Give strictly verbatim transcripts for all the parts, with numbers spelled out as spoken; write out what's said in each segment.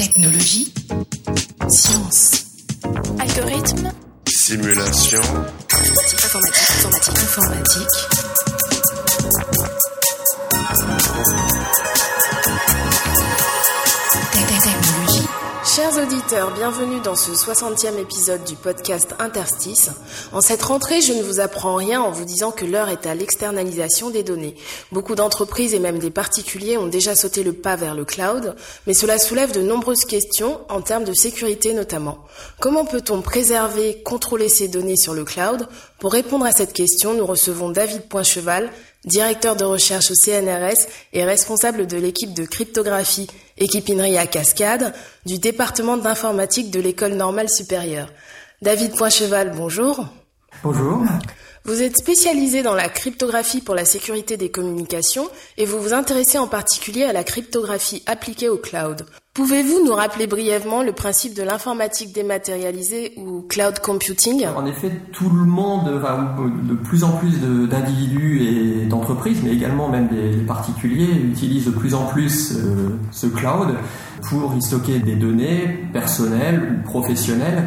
Technologie, science, algorithme, simulation, informatique, informatique, informatique, technologie. Chers auditeurs, bienvenue dans ce soixantième épisode du podcast Interstice. En cette rentrée, je ne vous apprends rien en vous disant que l'heure est à l'externalisation des données. Beaucoup d'entreprises et même des particuliers ont déjà sauté le pas vers le cloud, mais cela soulève de nombreuses questions en termes de sécurité notamment. Comment peut-on préserver, contrôler ces données sur le cloud ? Pour répondre à cette question, nous recevons David Poincheval, directeur de recherche au C N R S et responsable de l'équipe de cryptographie, équipe INRIA Cascade, du département d'informatique de l'École normale supérieure. David Poincheval, bonjour. Bonjour. Vous êtes spécialisé dans la cryptographie pour la sécurité des communications et vous vous intéressez en particulier à la cryptographie appliquée au cloud. Pouvez-vous nous rappeler brièvement le principe de l'informatique dématérialisée ou cloud computing ? En effet, tout le monde, enfin, de plus en plus de, d'individus et d'entreprises, mais également même des, des particuliers, utilisent de plus en plus euh, ce cloud pour y stocker des données personnelles ou professionnelles,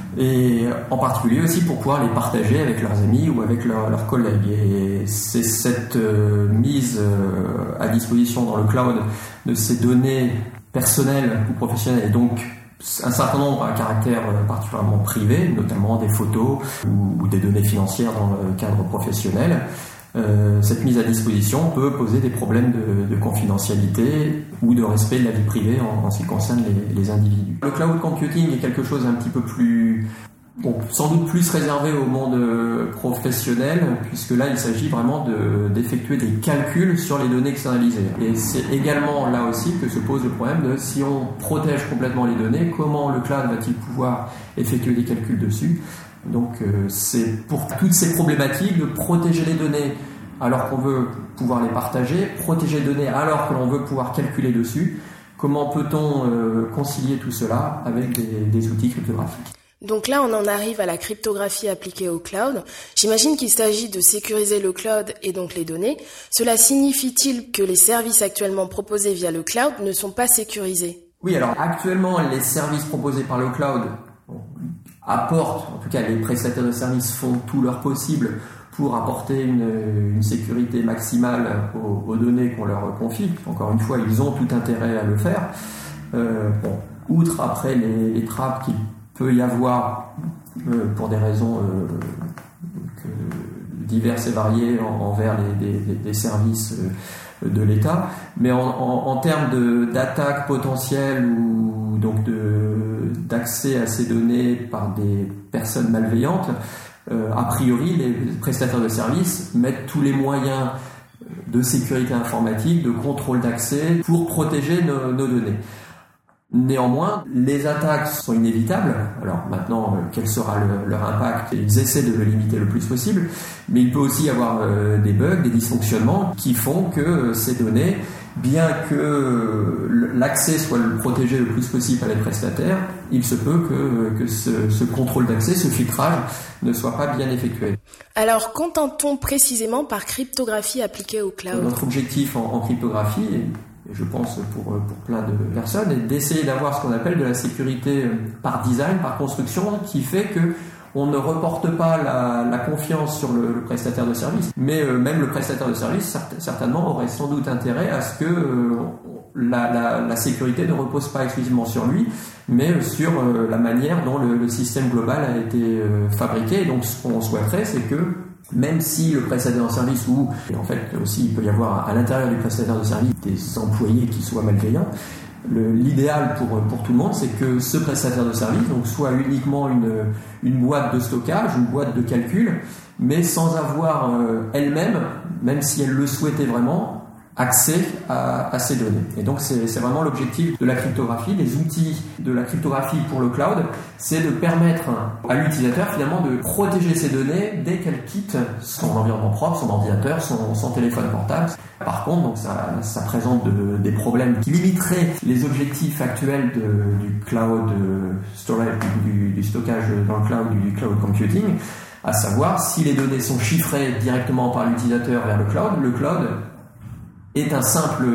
et en particulier aussi pour pouvoir les partager avec leurs amis ou avec leurs, leurs collègues. Et c'est cette euh, mise euh, à disposition dans le cloud de ces données personnelles ou professionnelles, et donc un certain nombre à caractère particulièrement privé, notamment des photos ou, ou des données financières dans le cadre professionnel. Euh, cette mise à disposition peut poser des problèmes de, de confidentialité ou de respect de la vie privée en, en ce qui concerne les, les individus. Le cloud computing est quelque chose un petit peu plus, bon, sans doute plus réservé au monde professionnel, puisque là il s'agit vraiment de, d'effectuer des calculs sur les données externalisées. Et c'est également là aussi que se pose le problème de si on protège complètement les données, comment le cloud va-t-il pouvoir effectuer des calculs dessus ? Donc euh, c'est pour toutes ces problématiques de protéger les données alors qu'on veut pouvoir les partager, protéger les données alors que l'on veut pouvoir calculer dessus. Comment peut-on euh, concilier tout cela avec des, des outils cryptographiques ? Donc là, on en arrive à la cryptographie appliquée au cloud. J'imagine qu'il s'agit de sécuriser le cloud et donc les données. Cela signifie-t-il que les services actuellement proposés via le cloud ne sont pas sécurisés ? Oui, alors actuellement, les services proposés par le cloud apportent, en tout cas les prestataires de services font tout leur possible pour apporter une, une sécurité maximale aux, aux données qu'on leur confie. Encore une fois, ils ont tout intérêt à le faire. Euh, bon, outre après les, les trappes qu'il peut y avoir euh, pour des raisons euh, que, diverses et variées en, envers les, les, les services euh, de l'État, mais en, en, en termes de, d'attaques potentielles ou donc de, d'accès à ces données par des personnes malveillantes, euh, a priori les prestataires de services mettent tous les moyens de sécurité informatique, de contrôle d'accès pour protéger nos, nos données. Néanmoins, les attaques sont inévitables. Alors maintenant, euh, quel sera le, leur impact ? Ils essaient de le limiter le plus possible, mais il peut aussi y avoir euh, des bugs, des dysfonctionnements qui font que euh, ces données, bien que euh, l'accès soit protégé le plus possible par les prestataires, il se peut que, euh, que ce, ce contrôle d'accès, ce filtrage, ne soit pas bien effectué. Alors, qu'entend-on précisément par cryptographie appliquée au cloud ? Notre objectif en, en cryptographie est, je pense pour, pour plein de personnes, et d'essayer d'avoir ce qu'on appelle de la sécurité par design, par construction, qui fait que on ne reporte pas la, la confiance sur le, le prestataire de service, mais euh, même le prestataire de service certainement aurait sans doute intérêt à ce que euh, la, la, la sécurité ne repose pas exclusivement sur lui, mais sur euh, la manière dont le, le système global a été euh, fabriqué. Et donc ce qu'on souhaiterait, c'est que même si le prestataire de service, ou en fait aussi il peut y avoir à l'intérieur du prestataire de service des employés qui soient malveillants, le, l'idéal pour, pour tout le monde, c'est que ce prestataire de service donc, soit uniquement une, une boîte de stockage, une boîte de calcul, mais sans avoir euh, elle-même, même si elle le souhaitait vraiment, accès à, à ces données. Et donc c'est, c'est vraiment l'objectif de la cryptographie. Les outils de la cryptographie pour le cloud, c'est de permettre à l'utilisateur finalement de protéger ses données dès qu'elle quitte son environnement propre, son ordinateur, son, son téléphone portable. Par contre, donc ça, ça présente de, des problèmes qui limiteraient les objectifs actuels de, du cloud storage, du, du stockage dans le cloud, du cloud computing, à savoir si les données sont chiffrées directement par l'utilisateur vers le cloud, le cloud est un simple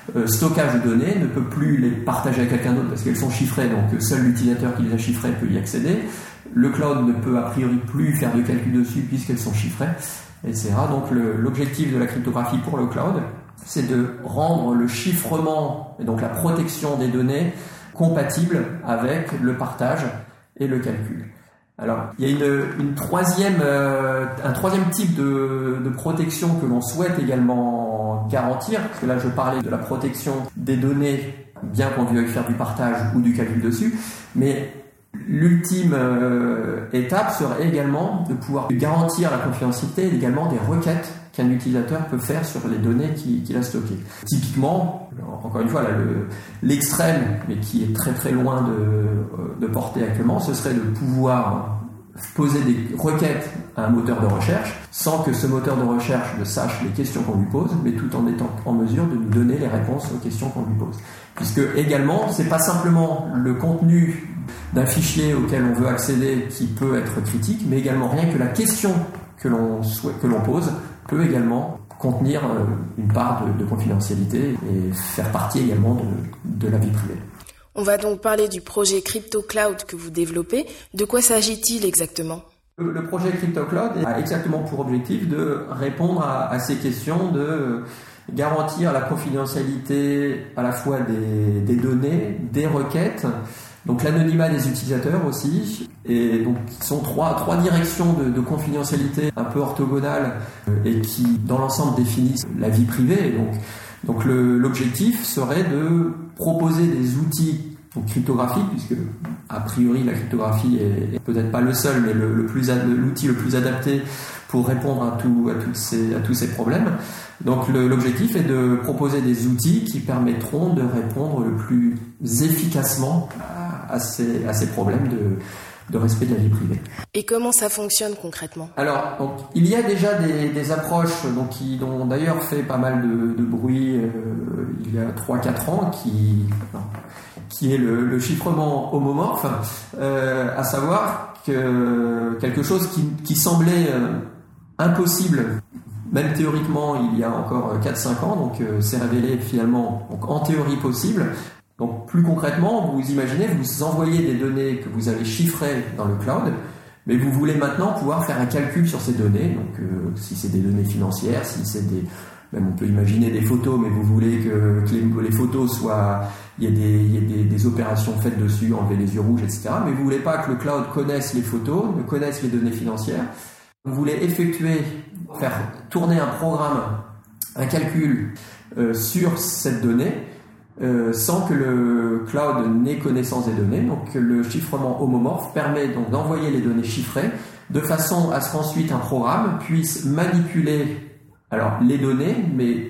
euh, stockage de données, ne peut plus les partager avec quelqu'un d'autre parce qu'elles sont chiffrées, donc seul l'utilisateur qui les a chiffrées peut y accéder. Le cloud ne peut a priori plus faire de calcul dessus puisqu'elles sont chiffrées, et cetera. Donc le, l'objectif de la cryptographie pour le cloud, c'est de rendre le chiffrement et donc la protection des données compatible avec le partage et le calcul. Alors, il y a une, une troisième, euh, un troisième type de, de protection que l'on souhaite également garantir, parce que là je parlais de la protection des données, bien qu'on veuille faire du partage ou du calcul dessus, mais l'ultime euh, étape serait également de pouvoir garantir la confidentialité et également des requêtes qu'un utilisateur peut faire sur les données qu'il, qu'il a stockées. Typiquement, encore une fois, là, le, l'extrême, mais qui est très très loin de, de porter actuellement, ce serait de pouvoir poser des requêtes à un moteur de recherche sans que ce moteur de recherche ne sache les questions qu'on lui pose, mais tout en étant en mesure de nous donner les réponses aux questions qu'on lui pose. Puisque également, c'est pas simplement le contenu d'un fichier auquel on veut accéder qui peut être critique, mais également rien que la question que l'on souhaite, que l'on pose peut également contenir une part de, de confidentialité et faire partie également de, de la vie privée. On va donc parler du projet CryptoCloud que vous développez. De quoi s'agit-il exactement ? Le, le projet CryptoCloud a exactement pour objectif de répondre à, à ces questions, de garantir la confidentialité à la fois des, des données, des requêtes, donc l'anonymat des utilisateurs aussi, et donc ce sont trois, trois directions de, de confidentialité un peu orthogonales et qui dans l'ensemble définissent la vie privée. Et donc donc le, l'objectif serait de proposer des outils donc cryptographiques, puisque a priori la cryptographie est, est peut-être pas le seul, mais le, le plus ad, l'outil le plus adapté pour répondre à, tout, à, toutes ces, à tous ces problèmes. Donc le, l'objectif est de proposer des outils qui permettront de répondre le plus efficacement à, à, ces, à ces problèmes de, de respect de la vie privée. Et comment ça fonctionne concrètement ? Alors, donc, il y a déjà des, des approches donc, qui ont d'ailleurs fait pas mal de, de bruit euh, il y a trois quatre ans, qui, non, qui est le, le chiffrement homomorphe, euh, à savoir que quelque chose qui, qui semblait euh, impossible, même théoriquement il y a encore quatre cinq ans, donc euh, c'est révélé finalement donc, en théorie possible. Donc plus concrètement, vous imaginez, vous envoyez des données que vous avez chiffrées dans le cloud, mais vous voulez maintenant pouvoir faire un calcul sur ces données, donc euh, si c'est des données financières, si c'est des... Même on peut imaginer des photos, mais vous voulez que, que les, les photos soient... Il y a, des, il y a des, des opérations faites dessus, enlever les yeux rouges, et cetera. Mais vous voulez pas que le cloud connaisse les photos, ne connaisse les données financières. Vous voulez effectuer, faire tourner un programme, un calcul euh, sur cette donnée, euh, sans que le cloud n'ait connaissance des données. Donc le chiffrement homomorphe permet donc d'envoyer les données chiffrées de façon à ce qu'ensuite un programme puisse manipuler alors les données, mais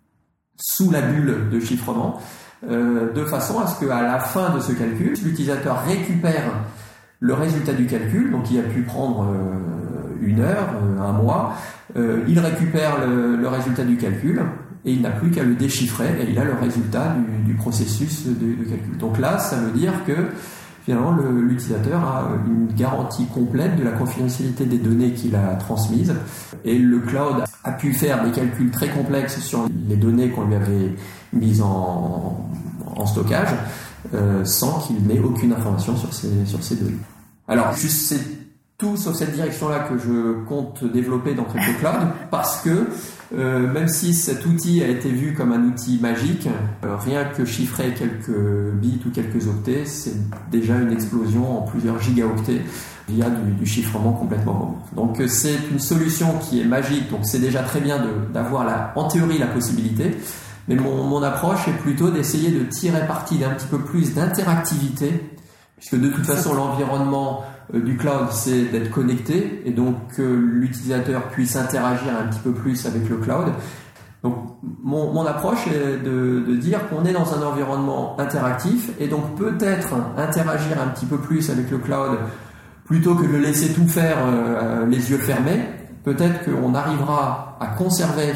sous la bulle de chiffrement, euh, de façon à ce qu'à la fin de ce calcul, l'utilisateur récupère le résultat du calcul, donc il a pu prendre euh, une heure, euh, un mois, euh, il récupère le, le résultat du calcul et il n'a plus qu'à le déchiffrer et il a le résultat du, du processus de, de calcul. Donc là, ça veut dire que finalement le, l'utilisateur a une garantie complète de la confidentialité des données qu'il a transmises et le cloud a pu faire des calculs très complexes sur les données qu'on lui avait mises en, en stockage euh, sans qu'il n'ait aucune information sur ces, sur ces données. Alors, juste, c'est tout sauf cette direction-là que je compte développer dans CryptoCloud parce que euh, même si cet outil a été vu comme un outil magique, euh, rien que chiffrer quelques bits ou quelques octets, c'est déjà une explosion en plusieurs gigaoctets via du, du chiffrement complètement homomorphe. Donc euh, c'est une solution qui est magique, donc c'est déjà très bien de, d'avoir la, en théorie la possibilité, mais mon, mon approche est plutôt d'essayer de tirer parti d'un petit peu plus d'interactivité, puisque de toute façon l'environnement euh, du cloud c'est d'être connecté et donc que euh, l'utilisateur puisse interagir un petit peu plus avec le cloud. Donc mon, mon approche est de, de dire qu'on est dans un environnement interactif et donc peut-être interagir un petit peu plus avec le cloud plutôt que de le laisser tout faire euh, les yeux fermés. Peut-être qu'on arrivera à conserver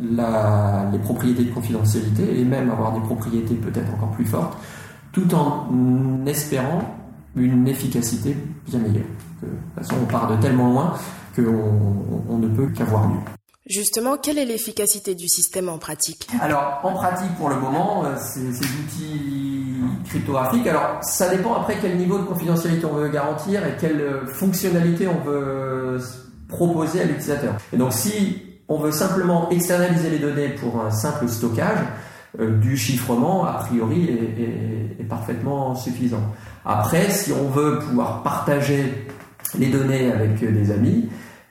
la, les propriétés de confidentialité et même avoir des propriétés peut-être encore plus fortes, tout en espérant une efficacité bien meilleure. De toute façon, on part de tellement loin qu'on on ne peut qu'avoir mieux. Justement, quelle est l'efficacité du système en pratique ? Alors, en pratique, pour le moment, ces, ces outils cryptographiques, alors ça dépend après quel niveau de confidentialité on veut garantir et quelle fonctionnalité on veut proposer à l'utilisateur. Et donc, si on veut simplement externaliser les données pour un simple stockage, euh, du chiffrement, a priori, est, est, est parfaitement suffisant. Après, si on veut pouvoir partager les données avec des amis,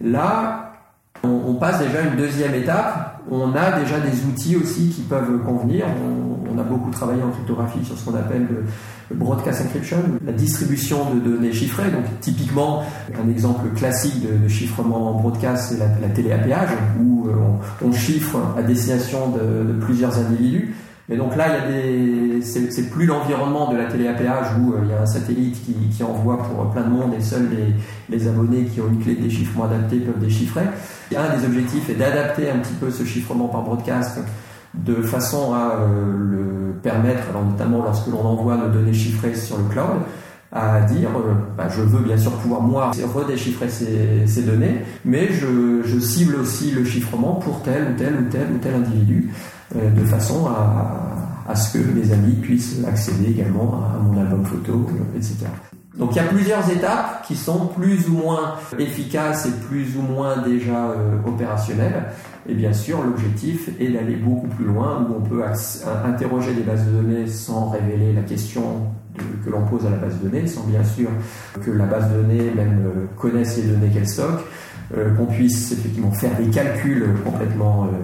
là, on, on passe déjà à une deuxième étape. On a déjà des outils aussi qui peuvent convenir. On, on a beaucoup travaillé en cryptographie sur ce qu'on appelle le, le broadcast encryption, la distribution de données chiffrées. Donc, typiquement, un exemple classique de, de chiffrement en broadcast, c'est la, la télé-à-péage, où on, on chiffre à destination de, de plusieurs individus. Mais donc là, il y a des, c'est, c'est plus l'environnement de la télé à péage où euh, il y a un satellite qui, qui envoie pour plein de monde et seuls les, les abonnés qui ont une clé de déchiffrement adaptée peuvent déchiffrer. Un des objectifs est d'adapter un petit peu ce chiffrement par broadcast de façon à euh, le permettre, alors notamment lorsque l'on envoie nos données chiffrées sur le cloud, à dire euh, bah, je veux bien sûr pouvoir moi redéchiffrer ces, ces données, mais je, je cible aussi le chiffrement pour tel ou tel ou tel ou tel individu, euh, de façon à, à ce que mes amis puissent accéder également à mon album photo, euh, et cetera. Donc il y a plusieurs étapes qui sont plus ou moins efficaces et plus ou moins déjà euh, opérationnelles. Et bien sûr, l'objectif est d'aller beaucoup plus loin, où on peut ac- interroger des bases de données sans révéler la question de, que l'on pose à la base de données, sans bien sûr que la base de données même euh, connaisse les données qu'elle stocke, euh, qu'on puisse effectivement faire des calculs complètement euh,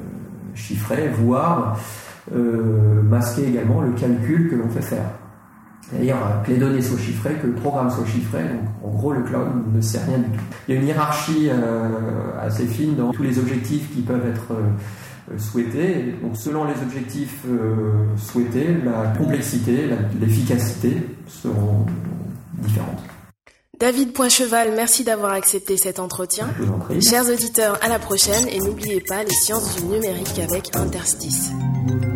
chiffrés, voire euh, masquer également le calcul que l'on fait faire. C'est-à-dire que les données soient chiffrées, que le programme soit chiffré, donc en gros le cloud ne sait rien du tout. Il y a une hiérarchie euh, assez fine dans tous les objectifs qui peuvent être euh, souhaités. Donc selon les objectifs euh, souhaités, la complexité, la, l'efficacité seront différentes. David Poincheval, merci d'avoir accepté cet entretien. Je vous en prie. Chers auditeurs, à la prochaine et n'oubliez pas les sciences du numérique avec Interstice.